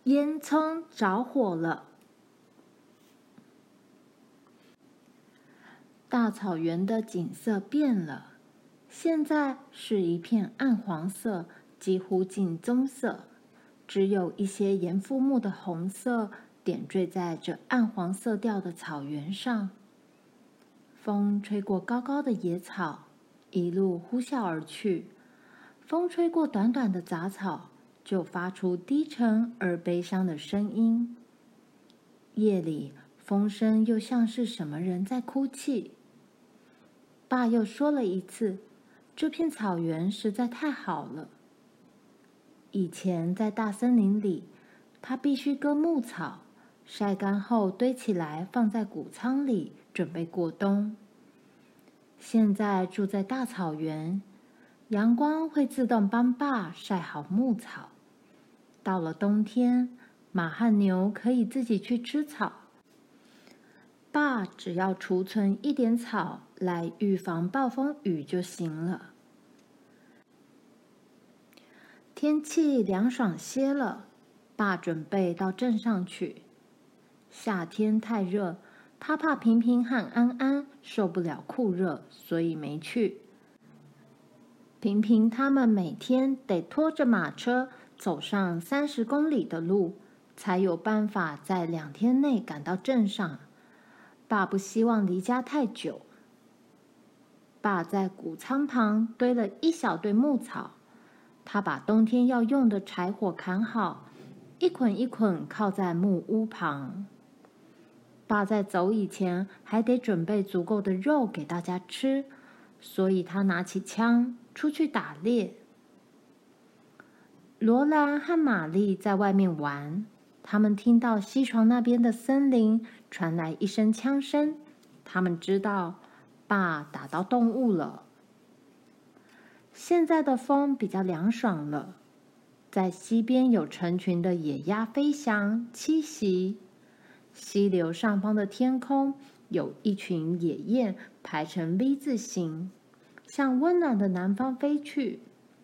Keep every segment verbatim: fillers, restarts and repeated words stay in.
烟囱着火了。大草原的景色变了，现在是一片暗黄色，几乎近棕色，只有一些盐覆木的红色点缀在这暗黄色调的草原上。风吹过高高的野草，一路呼啸而去。风吹过短短的杂草，就发出低沉而悲伤的声音。夜里，风声又像是什么人在哭泣。爸又说了一次，这片草原实在太好了。以前在大森林里，他必须割牧草，晒干后堆起来放在谷仓里，准备过冬。现在住在大草原，阳光会自动帮爸晒好牧草。到了冬天，马和牛可以自己去吃草。爸只要储存一点草来预防暴风雨就行了。天气凉爽些了，爸准备到镇上去。夏天太热，他怕平平和安安受不了酷热，所以没去。平平他们每天得拖着马车走上三十公里的路，才有办法在两天内赶到镇上。爸不希望离家太久。爸在谷仓旁堆了一小堆牧草，他把冬天要用的柴火砍好，一捆一捆靠在木屋旁。爸在走以前还得准备足够的肉给大家吃，所以他拿起枪出去打猎。罗兰和玛丽在外面玩，他们听到西床那边的森林传来一声枪声，他们知道爸打到动物了。现在的风比较凉爽了，在溪边有成群的野鸭飞翔栖息，溪流上方的天空有一群野雁排成 V 字形，向温暖的南方飞去。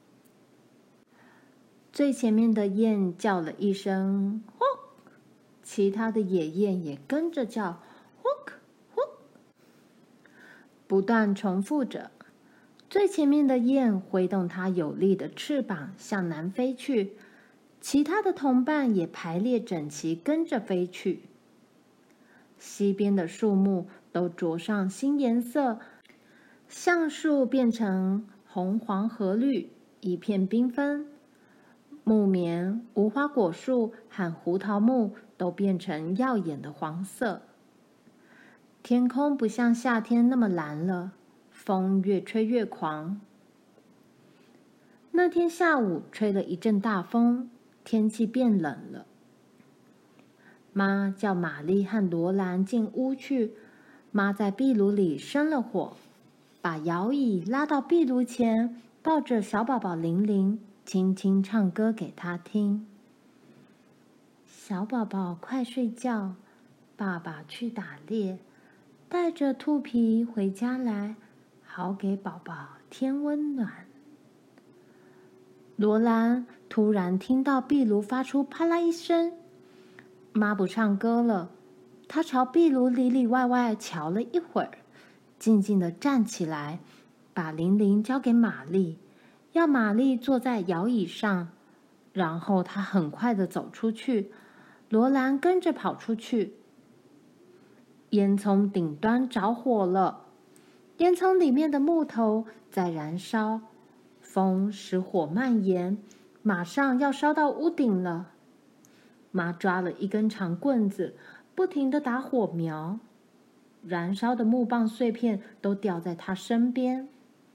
最前面的雁叫了一声“呼”，其他的野雁也跟着叫“呼呼”，不断重复着。最前面的雁挥动它有力的翅膀向南飞去，其他的同伴也排列整齐跟着飞去。溪边的树木都着上新颜色，橡树变成红黄和绿，一片缤纷。木棉、无花果树和胡桃木都变成耀眼的黄色。天空不像夏天那么蓝了，风越吹越狂。那天下午吹了一阵大风，天气变冷了。妈叫玛丽和罗兰进屋去，妈在壁炉里生了火，把摇椅拉到壁炉前，抱着小宝宝玲玲，轻轻唱歌给他听。小宝宝快睡觉，爸爸去打猎，带着兔皮回家来，好给宝宝添温暖。罗兰突然听到壁炉发出啪啦一声，妈不唱歌了，她朝壁炉里里外外瞧了一会儿，静静地站起来，把玲玲交给玛丽，要玛丽坐在摇椅上，然后她很快地走出去，罗兰跟着跑出去。烟囱顶端着火了，烟囱里面的木头在燃烧，风使火蔓延，马上要烧到屋顶了。妈抓了一根长棍子，不停地打火苗，燃烧的木棒碎片都掉在她身边。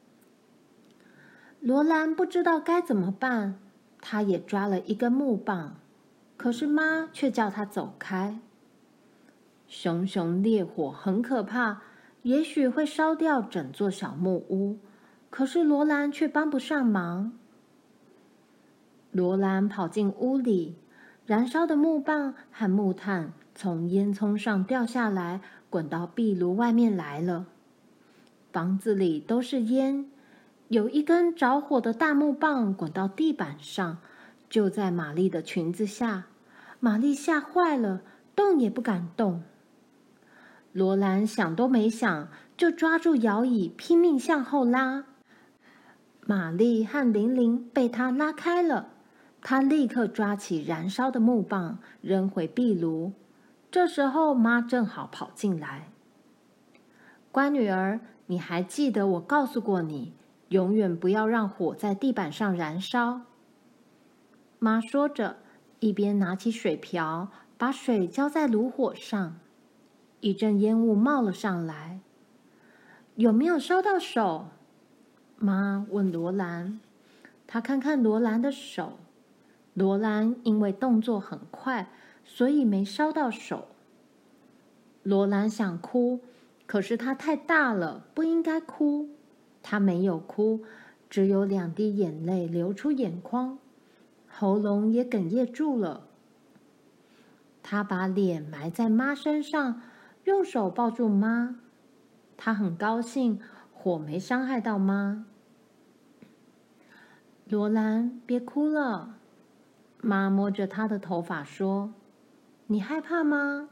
罗兰不知道该怎么办，她也抓了一根木棒，可是妈却叫她走开。熊熊烈火很可怕，也许会烧掉整座小木屋，可是罗兰却帮不上忙。罗兰跑进屋里，燃烧的木棒和木炭从烟囱上掉下来，滚到壁炉外面来了。房子里都是烟，有一根着火的大木棒滚到地板上，就在玛丽的裙子下。 玛丽吓坏了，动也不敢动。罗兰想都没想，就抓住摇椅，拼命向后拉。玛丽和玲玲被他拉开了，他立刻抓起燃烧的木棒，扔回壁炉。这时候，妈正好跑进来。乖女儿，你还记得我告诉过你，永远不要让火在地板上燃烧。妈说着，一边拿起水瓢，把水浇在炉火上。一阵烟雾冒了上来。有没有烧到手？妈问罗兰。她看看罗兰的手，罗兰因为动作很快，所以没烧到手。罗兰想哭，可是他太大了，不应该哭。他没有哭，只有两滴眼泪流出眼眶，喉咙也哽咽住了。他把脸埋在妈身上，用手抱住妈。他很高兴，火没伤害到妈。罗兰，别哭了。妈摸着他的头发说：“你害怕吗？”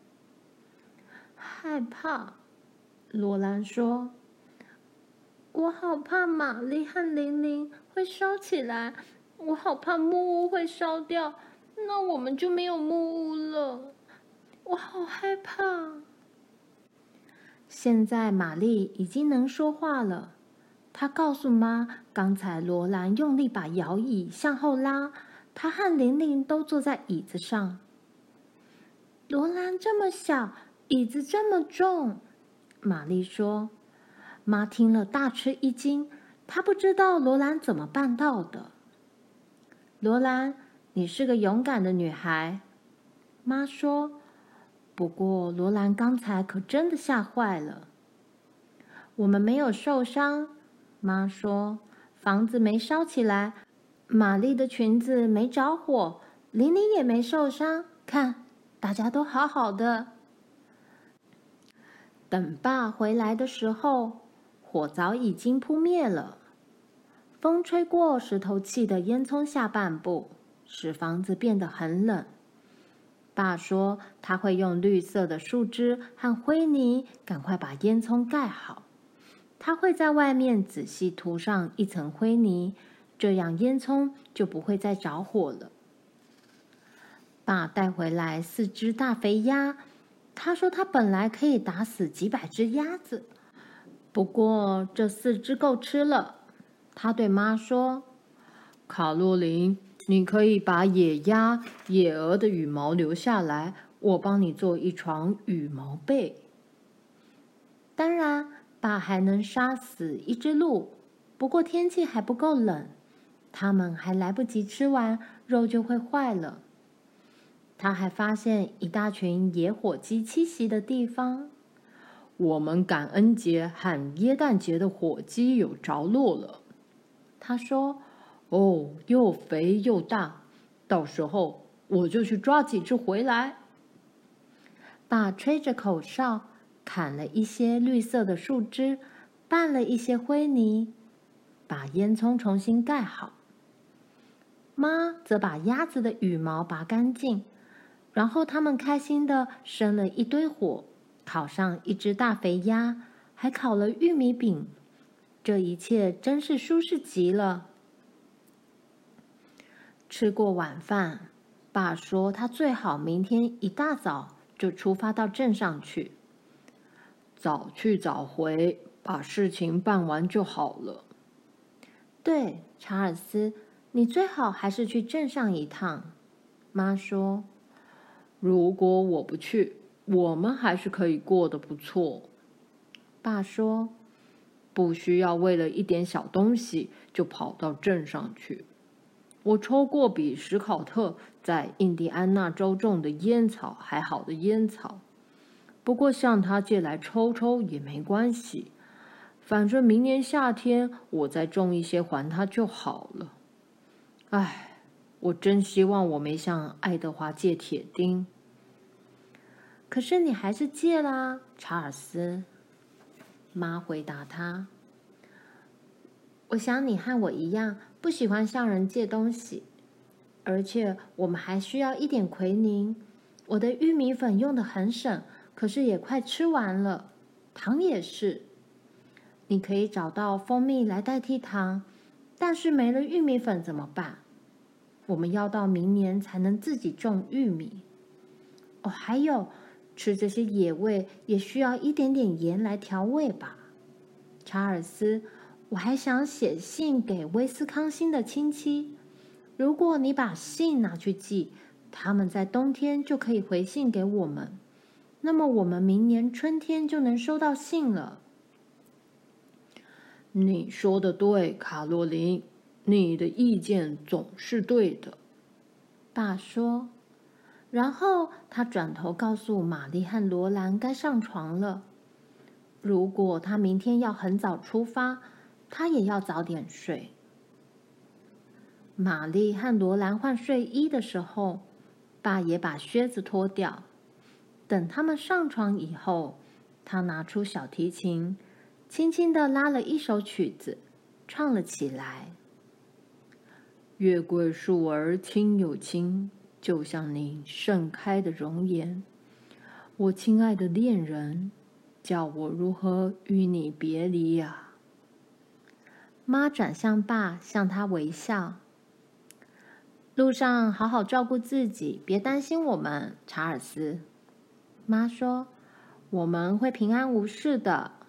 害怕，罗兰说：“我好怕玛丽和玲玲会烧起来，我好怕木屋会烧掉，那我们就没有木屋了。我好害怕。”现在玛丽已经能说话了，她告诉妈，刚才罗兰用力把摇椅向后拉，她和玲玲都坐在椅子上。罗兰这么小，椅子这么重，玛丽说。妈听了大吃一惊，她不知道罗兰怎么办到的。罗兰，你是个勇敢的女孩，妈说。不过罗兰刚才可真的吓坏了。我们没有受伤，妈说。房子没烧起来，玛丽的裙子没着火，玲玲也没受伤，看，大家都好好的。等爸回来的时候，火早已经扑灭了。风吹过石头砌的烟囱下半部，使房子变得很冷。爸说他会用绿色的树枝和灰泥赶快把烟囱盖好。他会在外面仔细涂上一层灰泥，这样烟囱就不会再着火了。爸带回来四只大肥鸭，他说他本来可以打死几百只鸭子，不过这四只够吃了。他对妈说：“卡洛琳，你可以把野鸭、野鹅的羽毛留下来，我帮你做一床羽毛被。”当然，爸还能杀死一只鹿，不过天气还不够冷，他们还来不及吃完，肉就会坏了。他还发现一大群野火鸡栖息的地方。我们感恩节和耶诞节的火鸡有着落了，他说。哦，又肥又大，到时候我就去抓几只回来。爸吹着口哨，砍了一些绿色的树枝，拌了一些灰泥，把烟囱重新盖好。妈则把鸭子的羽毛拔干净，然后他们开心地生了一堆火，烤上一只大肥鸭，还烤了玉米饼。这一切真是舒适极了。吃过晚饭，爸说他最好明天一大早就出发到镇上去。早去早回，把事情办完就好了。对，查尔斯，你最好还是去镇上一趟。妈说。如果我不去，我们还是可以过得不错。爸说。不需要为了一点小东西就跑到镇上去。我抽过比史考特在印第安纳州种的烟草还好的烟草，不过向他借来抽抽也没关系，反正明年夏天我再种一些还他就好了。唉，我真希望我没向爱德华借铁钉。可是你还是借啦，查尔斯。妈回答他。我想你和我一样，不喜欢向人借东西。 而且我们还需要一点奎宁。我的玉米粉用得很省，可是也快吃完了。糖也是。你可以找到蜂蜜来代替糖，但是没了玉米粉怎么办？我们要到明年才能自己种玉米。哦，还有，吃这些野味也需要一点点盐来调味吧。查尔斯，我还想写信给威斯康星的亲戚。如果你把信拿去寄，他们在冬天就可以回信给我们，那么我们明年春天就能收到信了。 你说的对，卡洛琳，你的意见总是对的。 爸说，然后他转头告诉玛丽和罗兰该上床了。如果他明天要很早出发，他也要早点睡。玛丽和罗兰换睡衣的时候，爸也把靴子脱掉。等他们上床以后，他拿出小提琴，轻轻地拉了一首曲子，唱了起来。 月桂树儿亲又亲，就像你盛开的容颜。我亲爱的恋人，叫我如何与你别离呀？ 妈转向爸，向他微笑。路上好好照顾自己，别担心我们，查尔斯。妈说，我们会平安无事的。